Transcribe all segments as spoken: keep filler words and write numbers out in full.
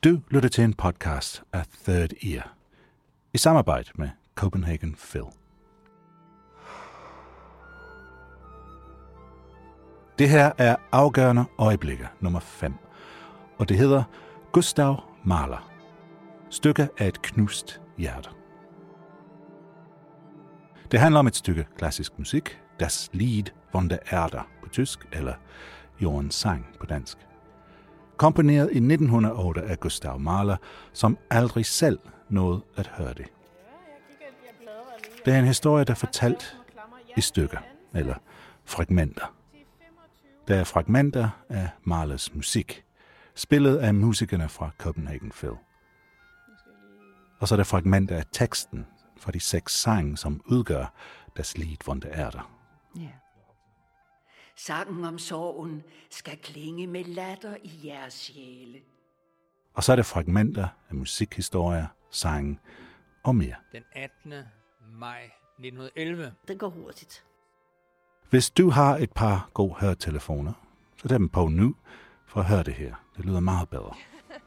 Du lytter til en podcast af Third Ear i samarbejde med Copenhagen Phil. Det her er Afgørende øjeblikke nummer fem, og det hedder Gustav Mahler. Stykke af et knust hjerte. Det handler om et stykke klassisk musik, Das Lied von der Erde på tysk, eller Jordens sang på dansk. Komponeret i nitten hundrede og otte af Gustav Mahler, som aldrig selv nåede at høre det. Det er en historie, der er fortalt i stykker, eller fragmenter. Der er fragmenter af Mahlers musik, spillet af musikerne fra Copenhagen Phil. Og så er der fragmenter af teksten fra de seks sange, som udgør Das Lied von der Erde. Ja. Sangen om sorgen skal klinge med latter i jeres sjæle. Og så er der fragmenter af musikhistorier, sange og mere. Den attende maj nitten elleve. Det går hurtigt. Hvis du har et par gode høretelefoner, så tag dem på nu for at høre det her. Det lyder meget bedre.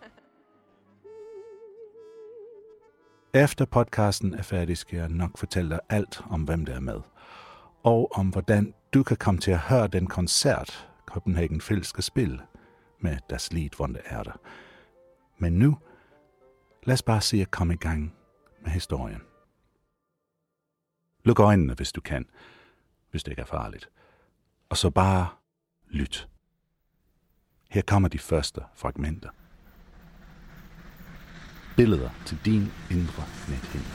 Efter podcasten er færdig, skal jeg nok fortælle dig alt om, hvem der er med. Og om hvordan du kan komme til at høre den koncert, Copenhagen Phil skal spille med Das Lied von der Erde. Men nu, lad os bare se at komme i gang med historien. Luk øjnene, hvis du kan, hvis det ikke er farligt. Og så bare lyt. Her kommer de første fragmenter. Billeder til din indre nethinde.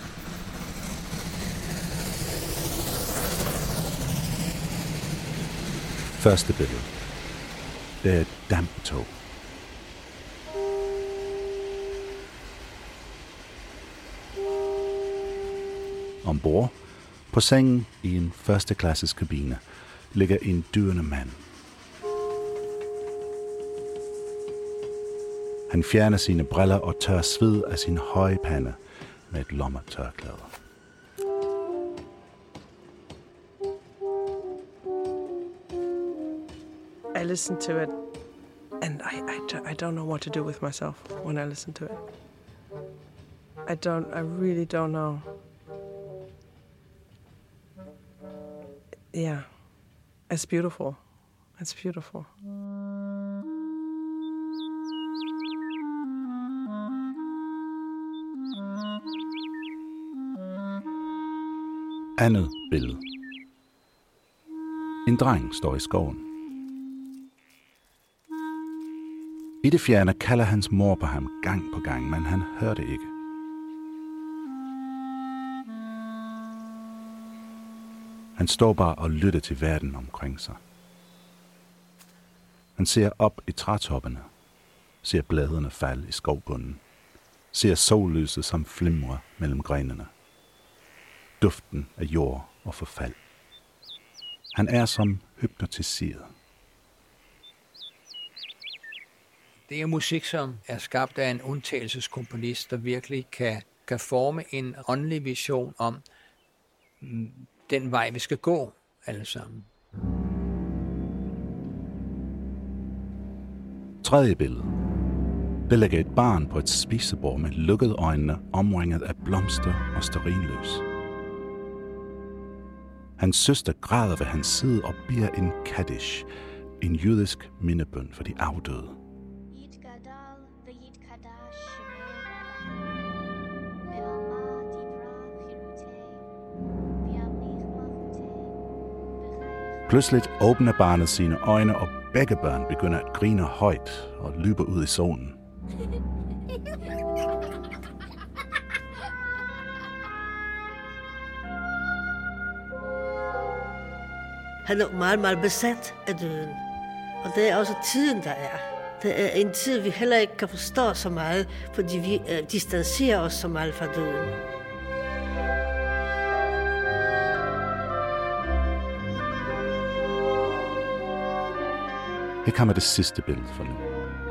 Første billede. Det er et damptog. Ombord på sengen i en førsteklasses kabine ligger en dyrende mand. Han fjerner sine briller og tør sved af sin høje pande med et lommetørklæde. I listen to it, and I, I, I don't know what to do with myself when I listen to it. I don't, I really don't know. Yeah, it's beautiful. It's beautiful. Andet billede. En dreng står i skoven. I det fjerne kalder hans mor på ham gang på gang, men han hører det ikke. Han står bare og lytter til verden omkring sig. Han ser op i trætoppene, ser bladene falde i skovbunden, ser sollyset som flimrer mellem grenene, duften af jord og forfald. Han er som hypnotiseret. Det er musik, som er skabt af en undtagelseskomponist, der virkelig kan, kan forme en åndelig vision om mm, den vej, vi skal gå alle sammen. Tredje billede. Der ligger et barn på et spisebord med lukkede øjne, omringet af blomster og stearinlys. Hans søster græder ved hans side og beder en kaddish, en jødisk mindebøn for de afdøde. Pludselig åbner barnet sine øjne, og begge børn begynder at grine højt og løber ud i solen. Han er meget, meget besat af døden. Og det er også tiden, der er. Det er en tid, vi heller ikke kan forstå så meget, fordi vi uh, distancerer os så meget fra døden. Her kommer det sidste billede for nu.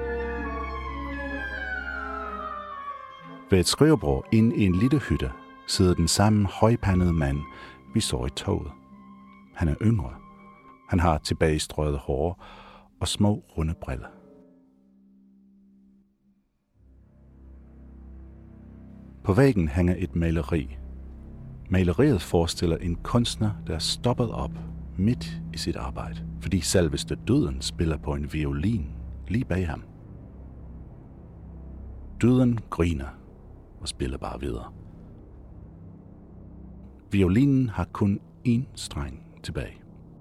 Ved et skrivebord inde i en lille hytte sidder den samme højpandede mand, vi så i toget. Han er yngre. Han har tilbagestrøget hår og små runde briller. På væggen hænger et maleri. Maleriet forestiller en kunstner, der er stoppet op midt i sit arbejde, fordi selveste døden spiller på en violin lige bag ham. Døden griner og spiller bare videre. Violinen har kun én streng tilbage.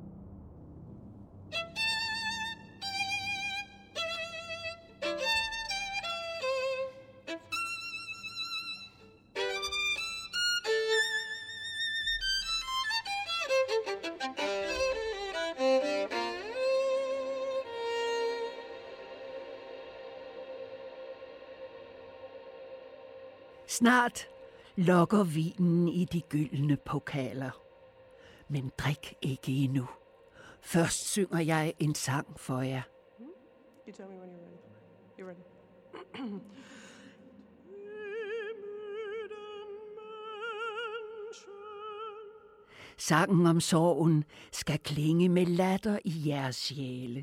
Snart lokker vinen i de gyldne pokaler. Men drik ikke endnu. Først synger jeg en sang for jer. You tell me when you're ready. You're ready. Sangen om sorgen skal klinge med latter i jeres sjæle.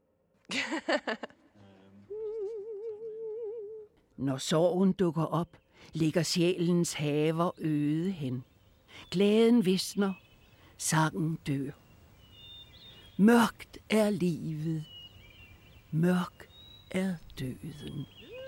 Når sorgen dukker op, ligger sjælens haver øde hen. Glæden visner, sangen dør. Mørkt er livet, mørk er døden.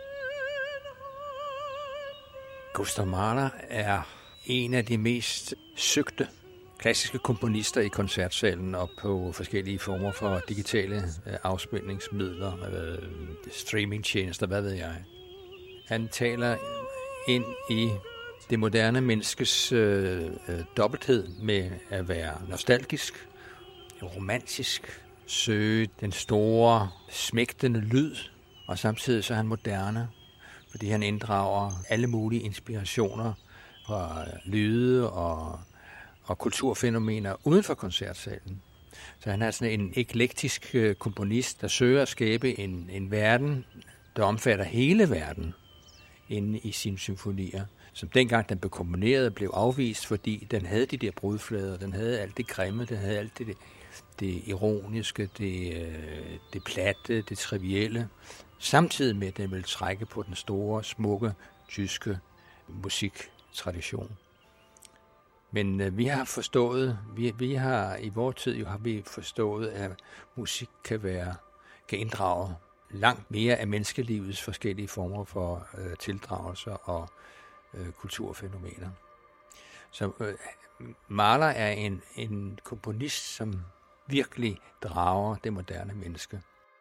Gustav Mahler er en af de mest søgte klassiske komponister i koncertsalen og på forskellige former for digitale afspilningsmidler, streamingtjenester, hvad ved jeg. Han taler ind i det moderne menneskes øh, øh, dobbelthed med at være nostalgisk, romantisk, søge den store, smægtende lyd, og samtidig så er han moderne, fordi han inddrager alle mulige inspirationer fra lyde og, og kulturfænomener uden for koncertsalen. Så han er sådan en eklektisk komponist, der søger at skabe en, en verden, der omfatter hele verden inde i sine symfonier, som dengang den blev komponeret, blev afvist, fordi den havde de der brudflader, den havde alt det grimme, den havde alt det, det ironiske, det, det platte, det trivielle, samtidig med, at den ville trække på den store, smukke, tyske musiktradition. Men øh, vi har forstået, vi, vi har i vores tid jo har vi forstået, at musik kan være, kan inddrage langt mere af menneskelivets forskellige former for øh, tildragelser og øh, kulturfænomener. Så øh, Mahler er en, en komponist, som virkelig drager det moderne menneske.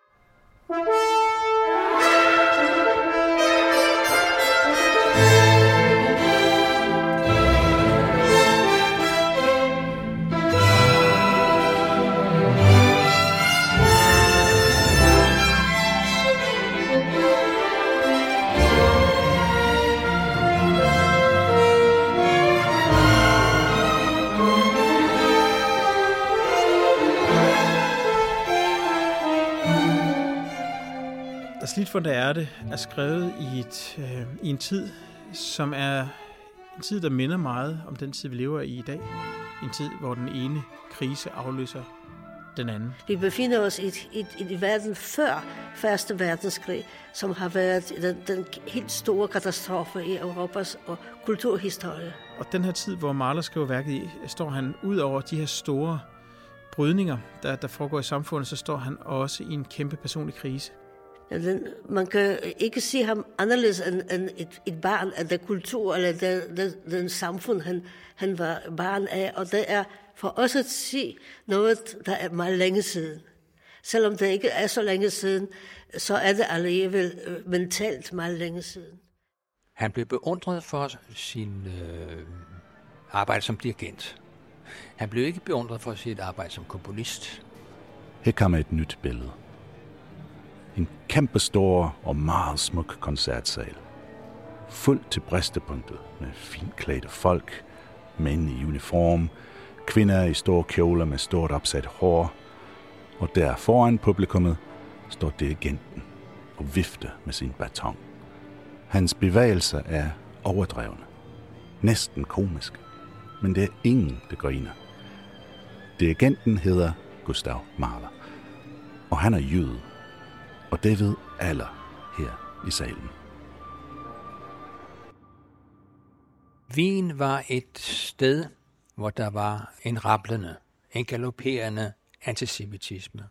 Das Lied von der Erde er skrevet i, et, øh, i en tid, som er en tid, der minder meget om den tid, vi lever i i dag. En tid, hvor den ene krise afløser den anden. Vi befinder os i, i, i verden før Første Verdenskrig, som har været den, den helt store katastrofe i Europas og kulturhistorie. Og den her tid, hvor Mahler skriver værket i, står han ud over de her store brydninger, der, der foregår i samfundet, så står han også i en kæmpe personlig krise. Den, man kan ikke se ham anderledes end, end et, et barn af den kultur eller den, den, den samfund, han, han var barn af. Og det er for os at se noget, der er meget længe siden. Selvom det ikke er så længe siden, så er det alligevel mentalt meget længe siden. Han blev beundret for sin øh, arbejde som dirigent. Han blev ikke beundret for sit arbejde som komponist. Her kommer et nyt billede. En kæmpestor og meget smuk koncertsal. Fuldt til bristepunktet med fint klædte folk, mænd i uniform, kvinder i store kjoler med stort opsat hår. Og der foran publikummet står dirigenten og vifter med sin baton. Hans bevægelser er overdrevne, næsten komiske, men det er ingen, der griner. Dirigenten hedder Gustav Mahler, og han er jøde. Og det ved alle her i salen. Wien var et sted, hvor der var en rablende, en galopperende antisemitisme.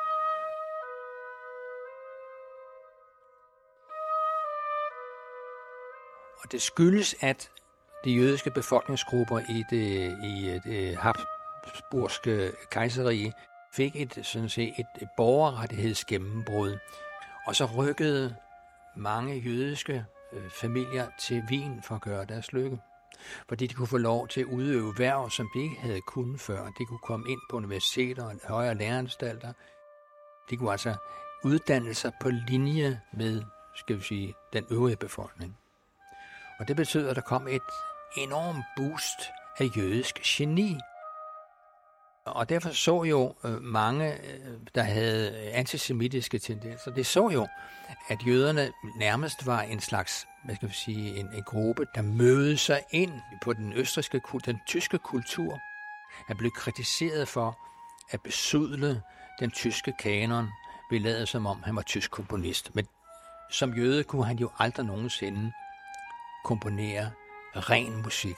Og det skyldes, at de jødiske befolkningsgrupper i det, i det habsburgske kejserrige fik et, sådan set, et borgerrettighedsgennembrud. Og så rykkede mange jødiske øh, familier til Wien for at gøre deres lykke. Fordi de kunne få lov til at udøve hverv, som de ikke havde kunnet før. De kunne komme ind på universiteter og højere læreanstalter. De kunne altså uddanne sig på linje med, skal vi sige, den øvrige befolkning. Og det betød, at der kom et enormt boost af jødisk geni. Og derfor så jo mange, der havde antisemitiske tendenser, det så jo, at jøderne nærmest var en slags, hvad skal vi sige, en, en gruppe, der mødede sig ind på den østrigske, den tyske kultur. Han blev kritiseret for at besudle den tyske kanon, ved ladet som om han var tysk komponist. Men som jøde kunne han jo aldrig nogensinde komponere ren musik.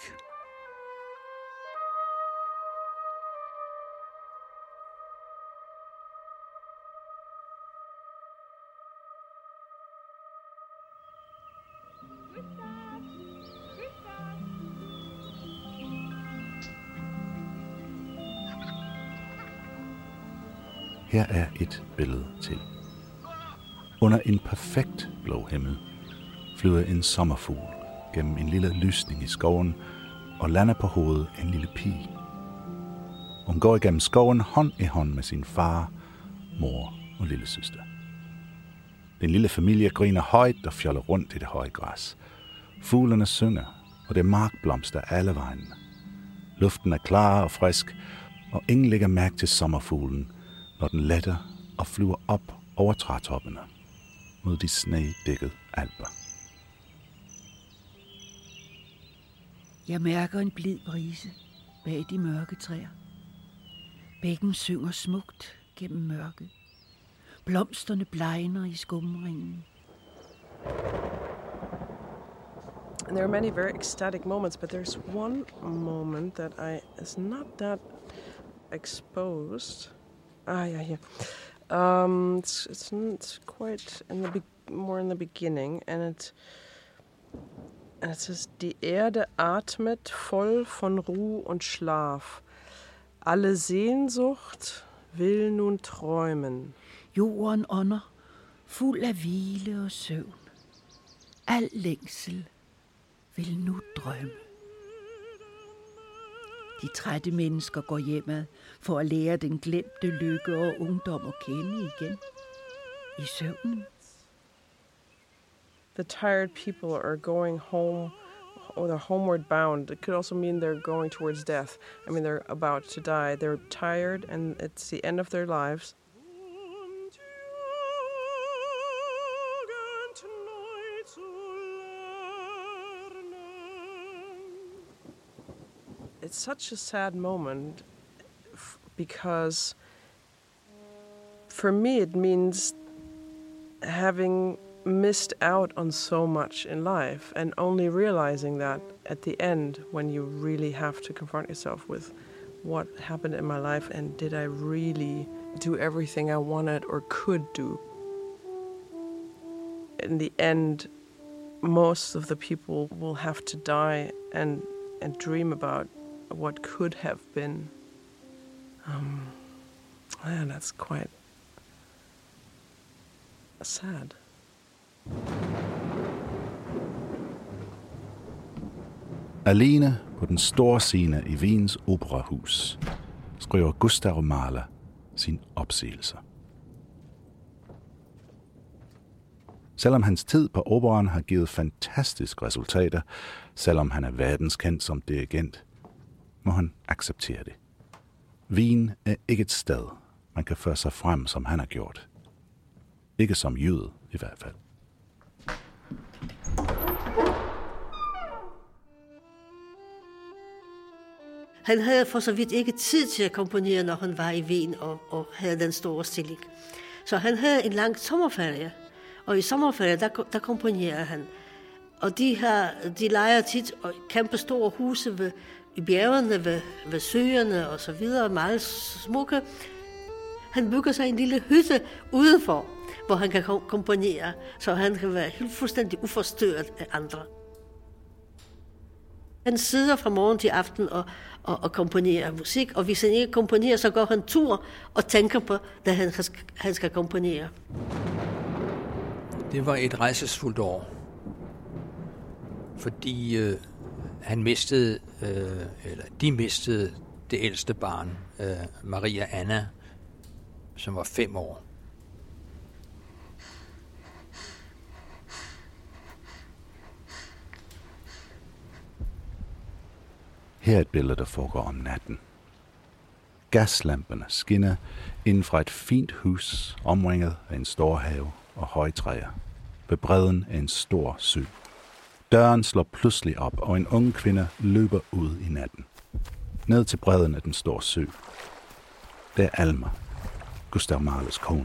Her er et billede til. Under en perfekt blå himmel flyver en sommerfugl gennem en lille lysning i skoven og lander på hovedet en lille pige. Hun går igennem skoven hånd i hånd med sin far, mor og lillesøster. Den lille familie griner højt og fjoller rundt i det høje græs. Fuglene synger, og det er markblomster alle vejen. Luften er klar og frisk, og ingen lægger mærke til sommerfuglen, når den letter og flyver op over trætoppene mod de snedækkede alper. Jeg mærker en blid brise bag de mørke træer. Bækken synger smukt gennem mørket. Blomsterne blegner i skumringen. And there are many very ecstatic moments, but there's one moment that I is not that exposed. Ah, yeah, yeah. Um, it's it's, it's quite in the be- more in the beginning, and it and it says: Die Erde atmet voll von Ruhe und Schlaf. Alle Sehnsucht will nun träumen. Jorden ånder, fuld af hvile og søvn. Al længsel vil nu drømme. De trætte mennesker går hjemad for at lære den glemte lykke og ungdom at kende igen i søvnen. The tired people are going home, or they're homeward bound. It could also mean they're going towards death. I mean, they're about to die. They're tired, and it's the end of their lives. It's such a sad moment f- because for me it means having missed out on so much in life and only realizing that at the end when you really have to confront yourself with what happened in my life and did I really do everything I wanted or could do. In the end, most of the people will have to die and and dream about what could have been. Um, yeah, that's quite sad. Alene på den store scene i Wiens operahus skriver Gustav Mahler sin opsigelse. Selvom hans tid på operaen har givet fantastiske resultater, selvom han er verdenskendt som dirigent, må han acceptere det. Wien er ikke et sted, man kan føre sig frem, som han har gjort. Ikke som jøde, i hvert fald. Han havde for så vidt ikke tid til at komponere, når han var i Wien og, og havde den store stilling. Så han havde en lang sommerferie, og i sommerferie, der, der komponerede han. Og de, har, de leger tit og kæmpe store huse ved, i bjergene, ved, ved søerne og så videre, meget smukke. Han bygger sig en lille hytte udenfor, hvor han kan komponere, så han kan være helt fuldstændig uforstyrret af andre. Han sidder fra morgen til aften og, og, og komponerer musik, og hvis han ikke komponerer, så går han tur og tænker på, da han, han skal komponere. Det var et rejsesfuldt år, fordi øh, han mistede, øh, eller de mistede det ældste barn, øh, Maria Anna, som var fem år. Her er et billede, der foregår om natten. Gaslamperne skinner inden fra et fint hus, omringet af en stor have og høje træer, ved bredden af en stor sø. Døren slår pludselig op, og en ung kvinde løber ud i natten. Ned til bredden af den store sø. Det er Alma, Gustav Mahlers kone.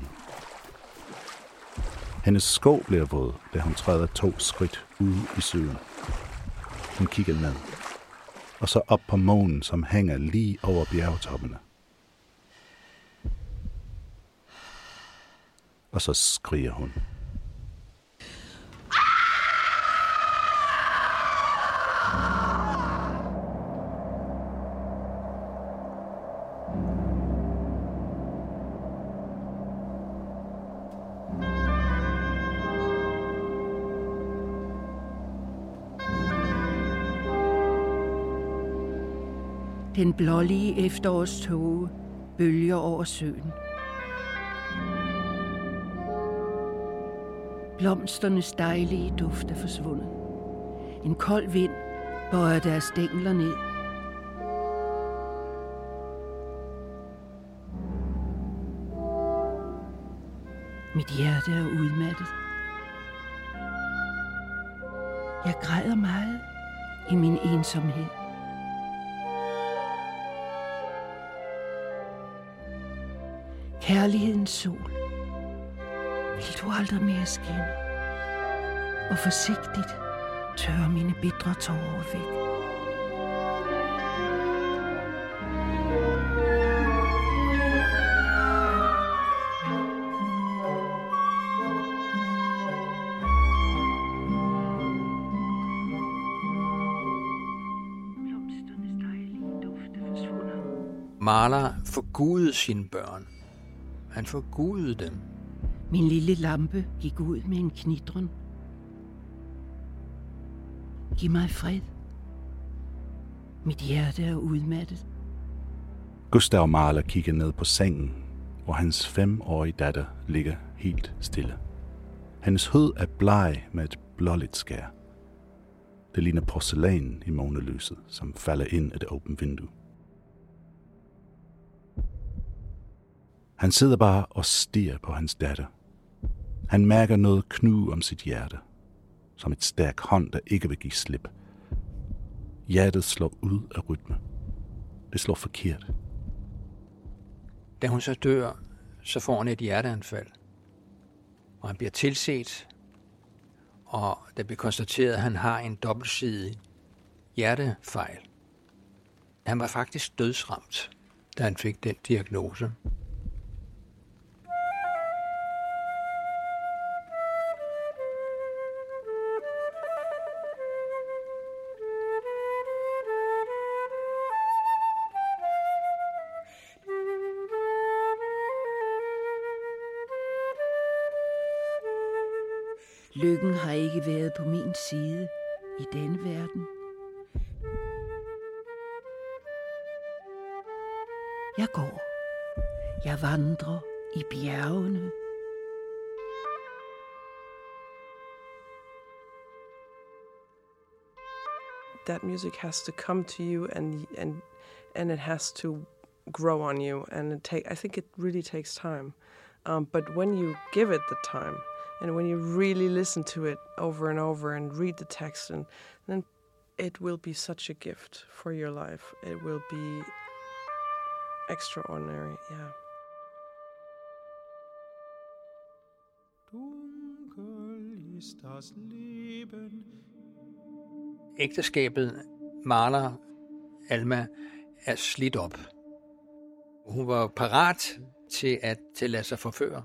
Hendes sko bliver våd, da hun træder to skridt ude i søen. Hun kigger ned, og så op på månen, som hænger lige over bjergtoppene. Og så skriger hun. Den blålige efterårståge bølger over søen. Blomsternes dejlige duft er forsvundet. En kold vind bøjer deres stængler ned. Mit hjerte er udmattet. Jeg græder meget i min ensomhed. Kærlighedens sol, vil du aldrig mere skinne, og forsigtigt tørre mine bitre tårer væk. Blomsternes dejlige duft er forsvundet. Mahler forgudede sine børn. Han forgudede dem. Min lille lampe gik ud med en knitren. Giv mig fred. Mit hjerte er udmattet. Gustav Mahler kigger ned på sengen, hvor hans femårige datter ligger helt stille. Hendes hud er bleg med et blåligt skær. Det ligner porcelæn i månelyset, som falder ind af det åbne vindue. Han sidder bare og stirrer på hans datter. Han mærker noget knuge om sit hjerte, som et stærk hånd, der ikke vil give slip. Hjertet slår ud af rytme. Det slår forkert. Da hun så dør, så får han et hjerteanfald. Og han bliver tilset, og der bliver konstateret, at han har en dobbeltsidig hjertefejl. Han var faktisk dødsramt, da han fik den diagnose. Lykken har ikke været på min side i denne verden. Jeg går. Jeg vandrer i bjergene. That music has to come to you, and and and it has to grow on you, and it take. I think it really takes time, um, but when you give it the time, and when you really listen to it over and over and read the text, and then it will be such a gift for your life. It will be extraordinary, yeah. Dunkel ist das Leben ægteskabet Mahler Alma er slidt op. Hun var parat til at, til at lade sig forføre.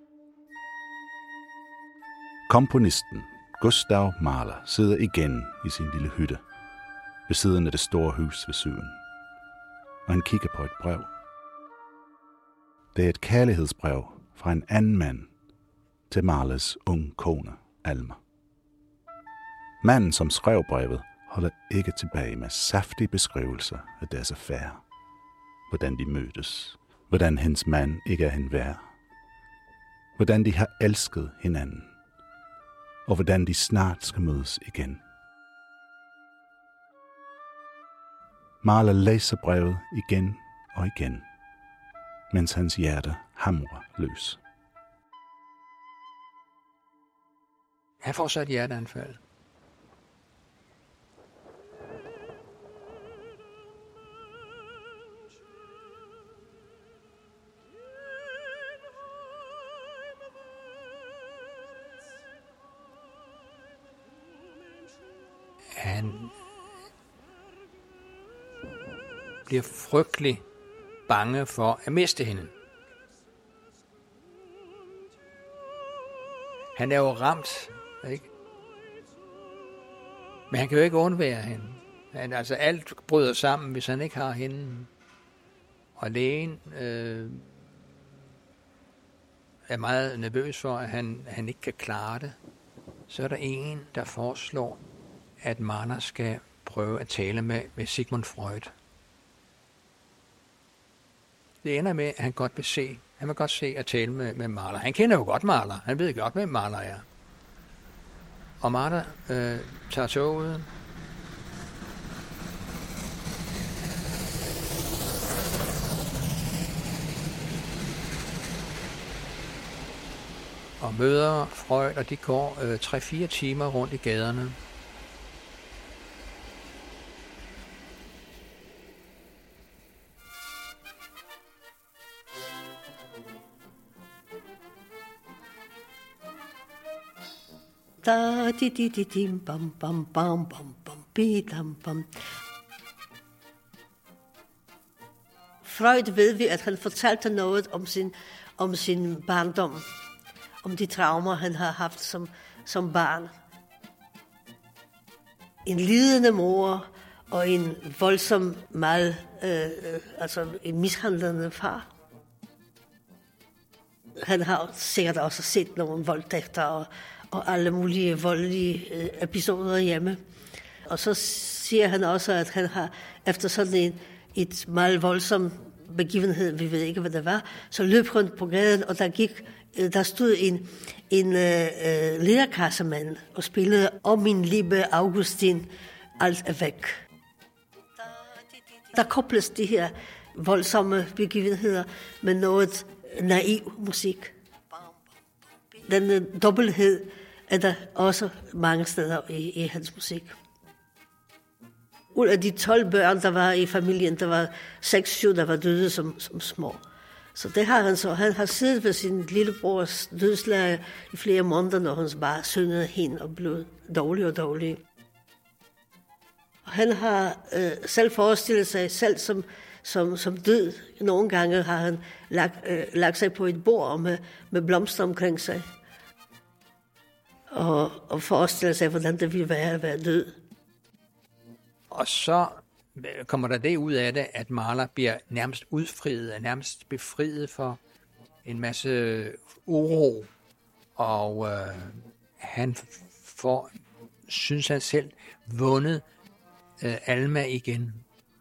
Komponisten Gustav Mahler sidder igen i sin lille hytte ved siden af det store hus ved søen, og han kigger på et brev. Det er et kærlighedsbrev fra en anden mand til Mahlers unge kone, Alma. Manden, som skrev brevet, holder ikke tilbage med saftige beskrivelser af deres affære. Hvordan de mødtes, hvordan hendes mand ikke er hende værd, hvordan de har elsket hinanden, og hvordan de snart skal mødes igen. Mahler læser brevet igen og igen, mens hans hjerte hamrer løs. Han får så et hjerteanfald. Han bliver frygtelig bange for at miste hende. Han er jo ramt, ikke? Men han kan jo ikke undvære hende. Han, altså alt bryder sammen, hvis han ikke har hende. Og lægen øh, er meget nervøs for, at han, han ikke kan klare det. Så er der en, der foreslår, at Mahler skal prøve at tale med, med Sigmund Freud. Det ender med, at han godt vil se, han vil godt se at tale med, med Mahler. Han kender jo godt Mahler. Han ved godt, hvem Mahler er. Og Mahler øh, tager toget. Og møder Freud, og de går øh, tre-fire timer rundt i gaderne. Da di di di dim bam bam bam bam bam bi dam bam. Freud ved vi, at han fortalte noget om sin om sin barndom, om de traumer han har haft som som barn. En lidende mor og en voldsom meget øh, altså en mishandlende far. Han har sikkert også set nogle voldtægter og og alle mulige voldelige øh, episoder hjemme. Og så siger han også, at han har efter sådan en et meget voldsom begivenhed, vi ved ikke, hvad det var, så løb rundt på gaden, og der gik, øh, der stod en, en øh, lederkassemand og spillede om min liebe Augustin, alt er væk. Der kobles de her voldsomme begivenheder med noget naiv musik. Den dobbelthed er der også mange steder i, i hans musik. Ud af de tolv børn, der var i familien, der var seks syv, der var døde som, som små. Så det har han så. Han har siddet ved sin lillebrors dødsleje i flere måneder, når han bare syngede hende og blev dårlig og dårlig. Og han har øh, selv forestillet sig selv som, som, som død. Nogle gange har han lagt, øh, lagt sig på et bord med, med blomster omkring sig. Og, og forestiller sig, hvordan det ville være at være død. Og så kommer der det ud af det, at Mahler bliver nærmest udfriet, nærmest befriet for en masse uro. Og øh, han får, synes han selv, vundet øh, Alma igen.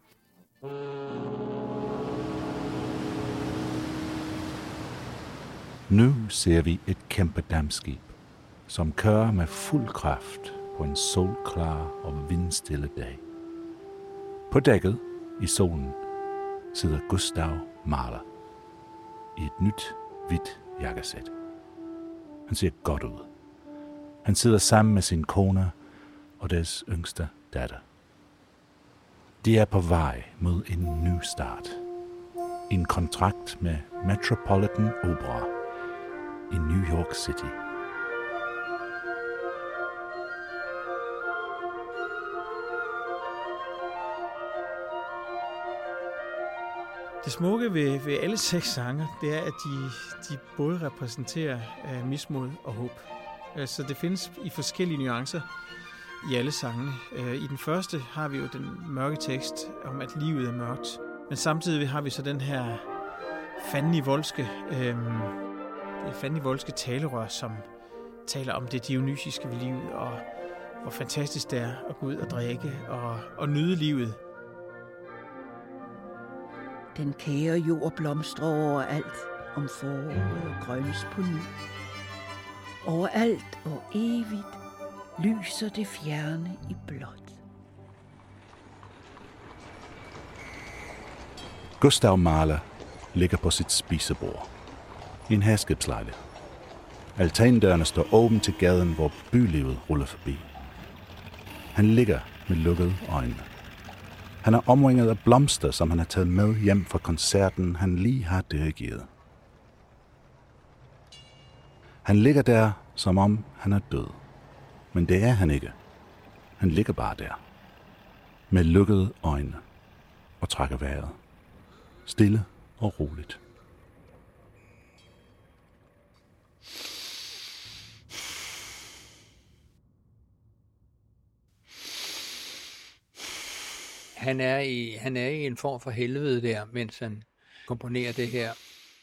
Nu ser vi et kæmpe dampskib, som kører med fuld kraft på en solklar og vindstille dag. På dækket i solen sidder Gustav Mahler i et nyt, hvidt jakkesæt. Han ser godt ud. Han sidder sammen med sin kone og deres yngste datter. De er på vej mod en ny start. En kontrakt med Metropolitan Opera i New York City. Det smukke ved, ved alle seks sange, det er, at de, de både repræsenterer uh, mismod og håb. Uh, så det findes i forskellige nuancer i alle sangene. Uh, I den første har vi jo den mørke tekst om, at livet er mørkt. Men samtidig har vi så den her fandelig voldske, uh, fandelig voldske talerør, som taler om det dionysiske ved livet, og hvor fantastisk det er at gå ud og drikke og, og nyde livet. Den kære jord blomstrer overalt, om foråret og grønnes på ny. Overalt og evigt lyser det fjerne i blåt. Gustav Mahler ligger på sit spisebord i en herskabslejlighed. Altandørene står åben til gaden, hvor bylivet ruller forbi. Han ligger med lukkede øjne. Han er omringet af blomster, som han har taget med hjem fra koncerten, han lige har dirigeret. Han ligger der, som om han er død. Men det er han ikke. Han ligger bare der. Med lukkede øjne. Og trækker vejret. Stille og roligt. Han er, i, han er i en form for helvede der, mens han komponerer det her.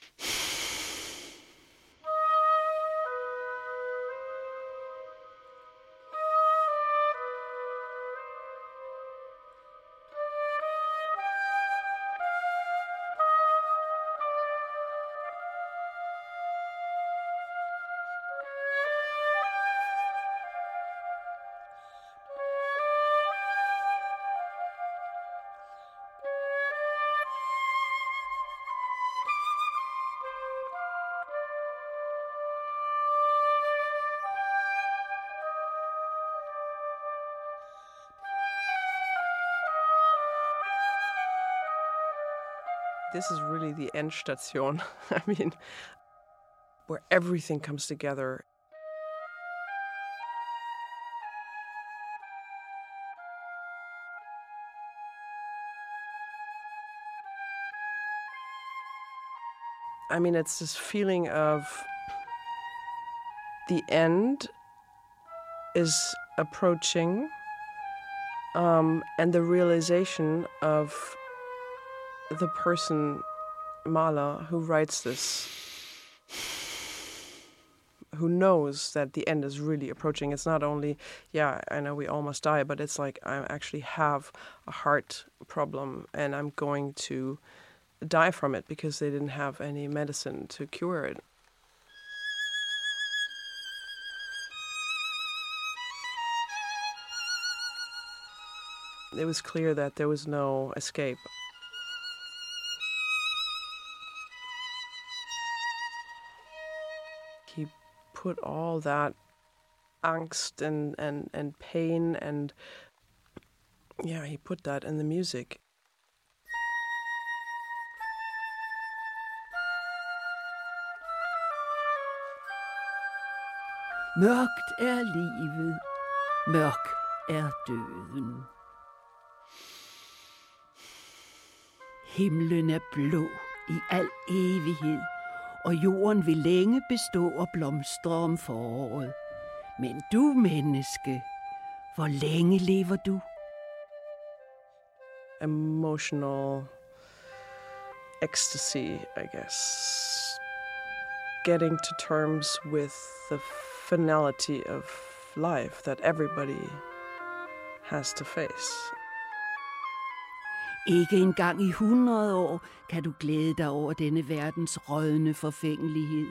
This is really the Endstation. I mean, where everything comes together. I mean, it's this feeling of the end is approaching, um, and the realization of the person, Mahler, who writes this, who knows that the end is really approaching. It's not only, yeah, I know we all must die, but it's like I actually have a heart problem and I'm going to die from it because they didn't have any medicine to cure it. It was clear that there was no escape. He put all that angst and, and, and pain and, yeah, he put that in the music. Mørkt er livet, mørk er døden. Himlen er blå i al evighed, og jorden vil længe bestå og blomstre om foråret. Men du, menneske, hvor længe lever du? Emotional ecstasy, I guess. Getting to terms with the finality of life that everybody has to face. Ikke engang i hundrede år kan du glæde dig over denne verdens rådne forfængelighed.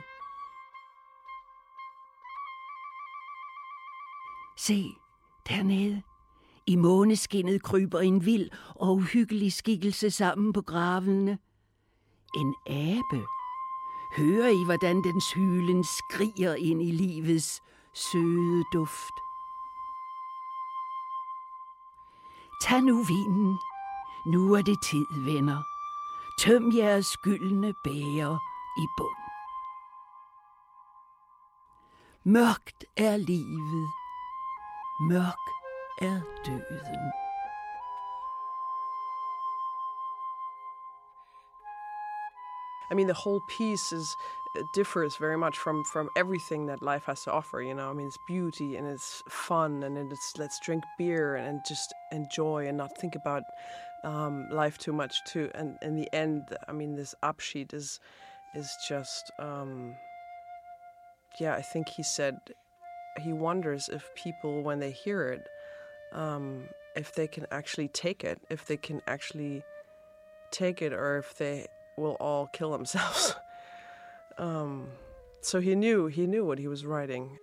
Se, dernede. I måneskinnet kryber en vild og uhyggelig skikkelse sammen på gravene. En abe. Hører I, hvordan dens hylen skriger ind i livets søde duft? Tag nu vinen. Nu er det tid, venner. Tøm jeres gyldne bæger i bund. Mørkt er livet. Mørk er døden. I mean, the whole piece is differs very much from, from everything that life has to offer, you know. I mean, it's beauty and it's fun and it's let's drink beer and just enjoy and not think about um, life too much too. And in the end, I mean, this Abschied is is just, um, yeah, I think he said he wonders if people, when they hear it, um, if they can actually take it, if they can actually take it, or if they will all kill themselves. um, so he knew he knew what he was writing.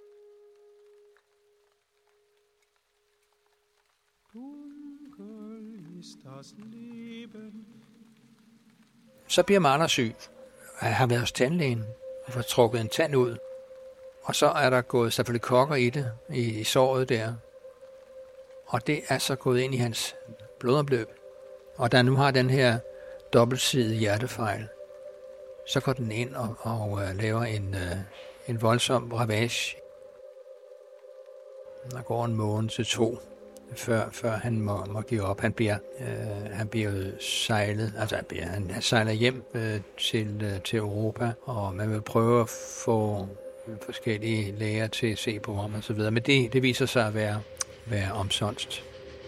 Så bliver Mahler syg. Han har været hos tandlægen og får trukket en tand ud. Og så er der gået stafylokokker i det, i, i såret der. Og det er så gået ind i hans blodomløb. Og da nu har den her dobbeltsidige hjertefejl, så går den ind og, og uh, laver en, uh, en voldsom ravage. Der går en måned til to, før, før han må, må give op. Han bliver, uh, han bliver sejlet, altså han, bliver, han sejler hjem uh, til, uh, til Europa, og man vil prøve at få forskellige læger til at se på ham og så videre. Men det, det viser sig at være, være omsonst.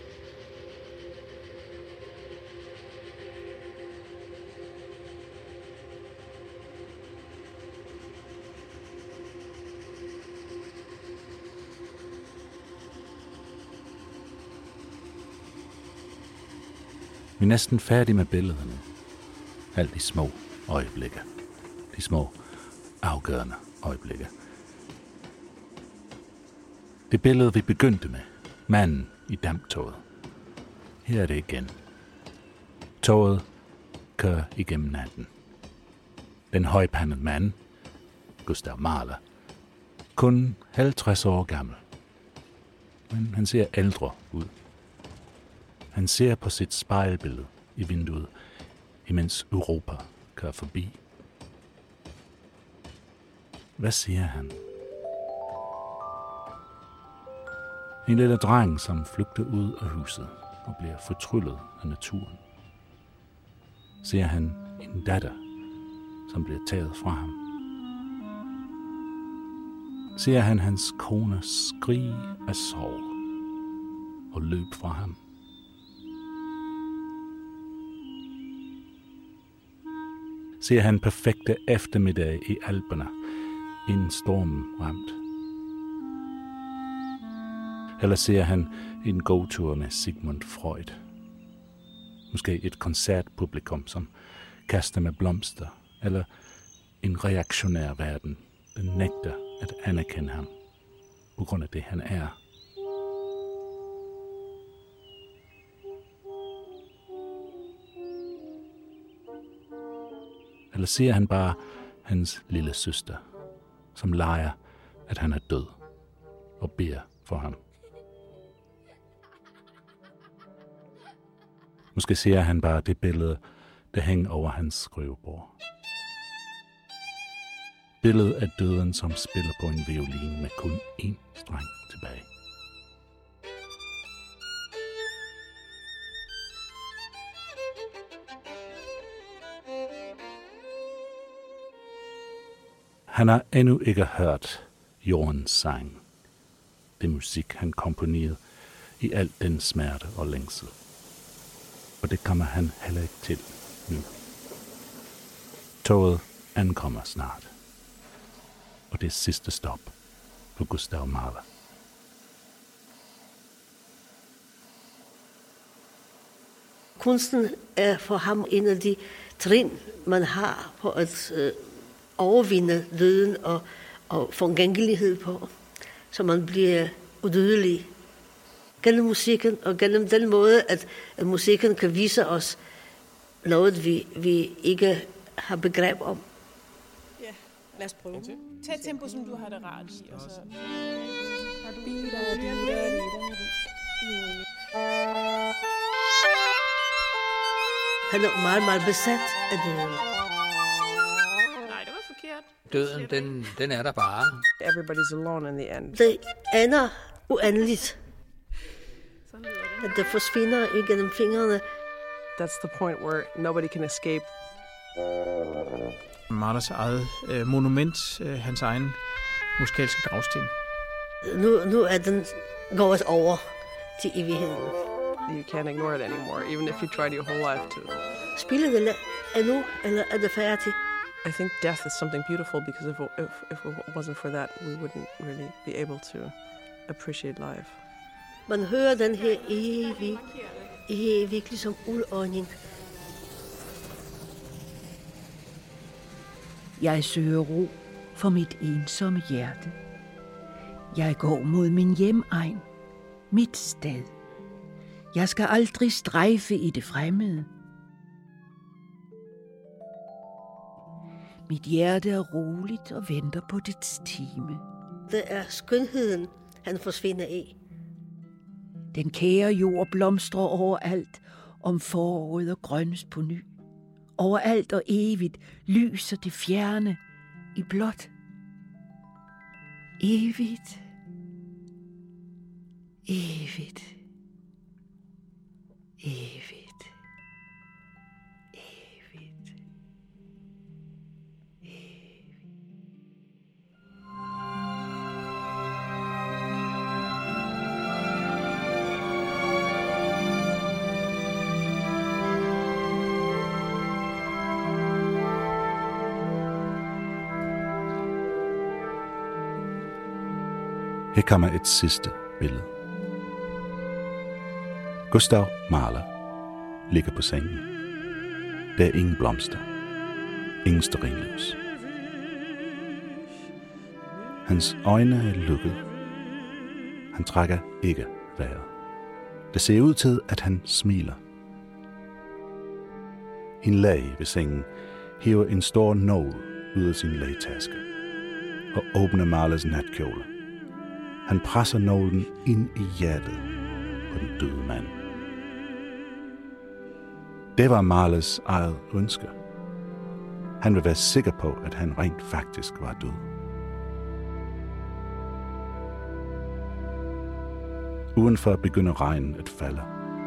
Vi er næsten færdige med billederne. Alt de små øjeblikke. De små afgørende øjeblikke. Det billede, vi begyndte med. Manden i damptoget. Her er det igen. Toget kører igennem natten. Den højpandede mand, Gustav Mahler, kun halvtreds år gammel. Men han ser ældre ud. Han ser på sit spejlbillede i vinduet, imens Europa kører forbi. Hvad siger han? En lille dreng, som flygter ud af huset og bliver fortryllet af naturen. Ser han en datter, som bliver taget fra ham. Ser han hans kone skrige af sorg og løbe fra ham. Ser han perfekte eftermiddag i Alperne, inden stormen ramt. Eller ser han en gåtur med Sigmund Freud. Måske et koncertpublikum, som kaster med blomster, eller en reaktionær verden, der nægter at anerkende ham, på grund af det, han er. Eller ser han bare hans lille søster, som leger, at han er død, og beder for ham. Måske ser han bare det billede, der hænger over hans skrivebord. Billedet af døden, som spiller på en violin med kun én streng tilbage. Han har endnu ikke hørt jordens sang. Det musik, han komponerede i al den smerte og længsel. Og det kommer han heller ikke til nu. Toget ankommer snart. Og det er sidste stop på Gustav Mahler. Kunsten er for ham en af de trin, man har på at øh, overvinde døden og, og forgængelighed på, så man bliver udødelig. Gennem musikken og gennem den måde, at, at musikken kan vise os noget, vi, vi ikke har begreb om. Ja, lad os prøve. Tag tempo, som du har det rart i. Og så... Han er meget, meget besat af døden. Nej, det var forkert. Døden, den, den er der bare. Everybody's alone in the end. Det ender uendeligt. At det forsvinder igennem fingrene. That's the point where nobody can escape Mahlers eget øh, monument, øh, hans egen musikalske gravsten. Nu, nu er den gået over til evigheden. You can't ignore it anymore, even if you tried your whole life to. Spiller det endnu, eller er det færdigt? I think death is something beautiful, because if, if, if it wasn't for that, we wouldn't really be able to appreciate life. Man hører den her evig, evig ligesom uldånding. Jeg søger ro for mit ensomme hjerte. Jeg går mod min hjemegn, mit sted. Jeg skal aldrig strejfe i det fremmede. Mit hjerte er roligt og venter på dets time. Det er skønheden, han forsvinder i. Den kære jord blomstrer overalt, om foråret og grønnes på ny. Overalt og evigt lyser det fjerne i blåt. Evigt. Evigt. Evigt. Evigt. Evigt. Her kommer et sidste billede. Gustav Mahler ligger på sengen. Der er ingen blomster. Ingen stearinlys. Hans øjne er lukket. Han trækker ikke vejret. Det ser ud til, at han smiler. En læge ved sengen hiver en stor nål ud af sin lægetaske og åbner Mahlers natkjole. Han presser nålen ind i hjertet på den døde mand. Det var Mahlers eget ønske. Han vil være sikker på, at han rent faktisk var død. Udenfor begynder regnen at falde.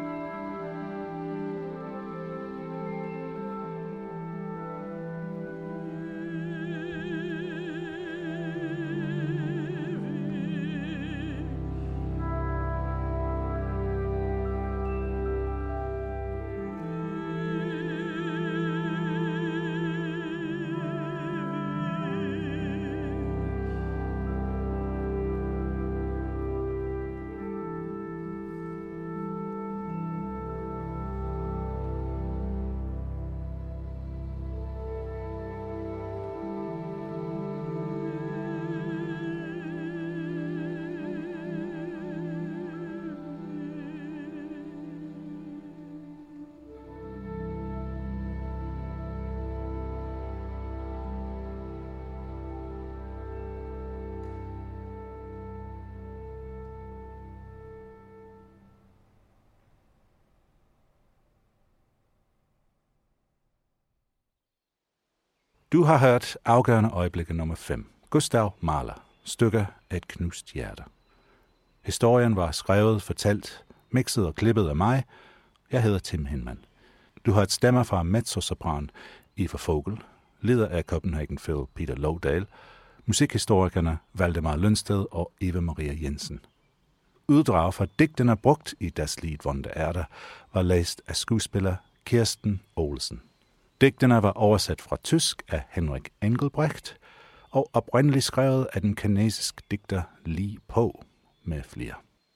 Du har hørt afgørende øjeblikke nummer fem. Gustav Mahler. Stykker af et knust hjerte. Historien var skrevet, fortalt, mixet og klippet af mig. Jeg hedder Tim Hinman. Du har et stemmer fra mezzosopran Eva Fogel, leder af Copenhagen Phil Peter Lowdale, musikhistorikerne Valdemar Lønsted og Eva Maria Jensen. Uddrag fra digtene brugt i Das Lied von der Erde var læst af skuespiller Kirsten Olsen. Digtene var oversat fra tysk af Henrik Engelbrecht og oprindeligt skrevet af den kinesiske digter Li Po med flere.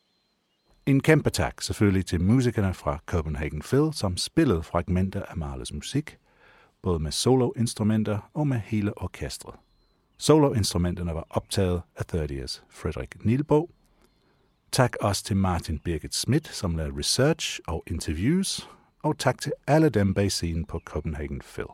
En kæmpe tak selvfølgelig til musikerne fra Copenhagen Phil, som spillede fragmenter af Mahlers musik, både med soloinstrumenter og med hele orkestret. Soloinstrumenterne var optaget af thirtieth Frederik Nielbo. Tak også til Martin Birgit Schmidt, som lavede research og interviews, og tak til alle dem bag scenen på Copenhagen Phil.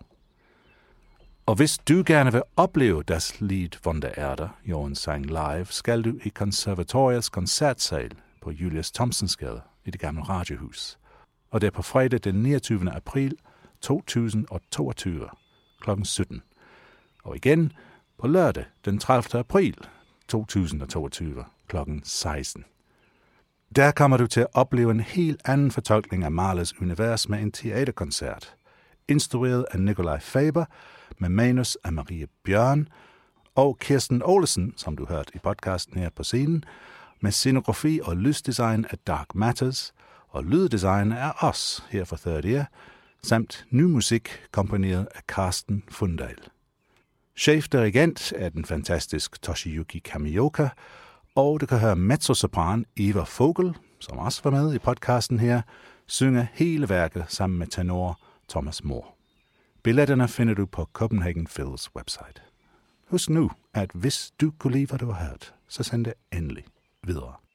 Og hvis du gerne vil opleve Das Lied von der Erde, Jørgens sang live, skal du i konservatoriets koncertsal på Julius Thomsensgade i det gamle radiohus. Og det er på fredag den niogtyvende april to tusind toogtyve klokken sytten. Og igen på lørdag den tredivte april to tusind toogtyve klokken seksten. Der kommer du til at opleve en helt anden fortolkning af Mahlers univers med en teaterkoncert. instrueret af Nikolaj Faber, med manus af Marie Bjørn, og Kirsten Olesen, som du hørte i podcasten her på scenen, med scenografi og lysdesign af Dark Matters, og lyddesign af os her for Third Ear, samt ny musik komponeret af Carsten Fundal. Chefdirigent er den fantastiske Toshiyuki Kamioka, og du kan høre mezzosopran Eva Fogel, som også var med i podcasten her, synge hele værket sammen med tenor Thomas Moore. Billetterne finder du på Copenhagen Phils website. Husk nu, at hvis du kunne lide, hvad du har hørt, så send det endelig videre.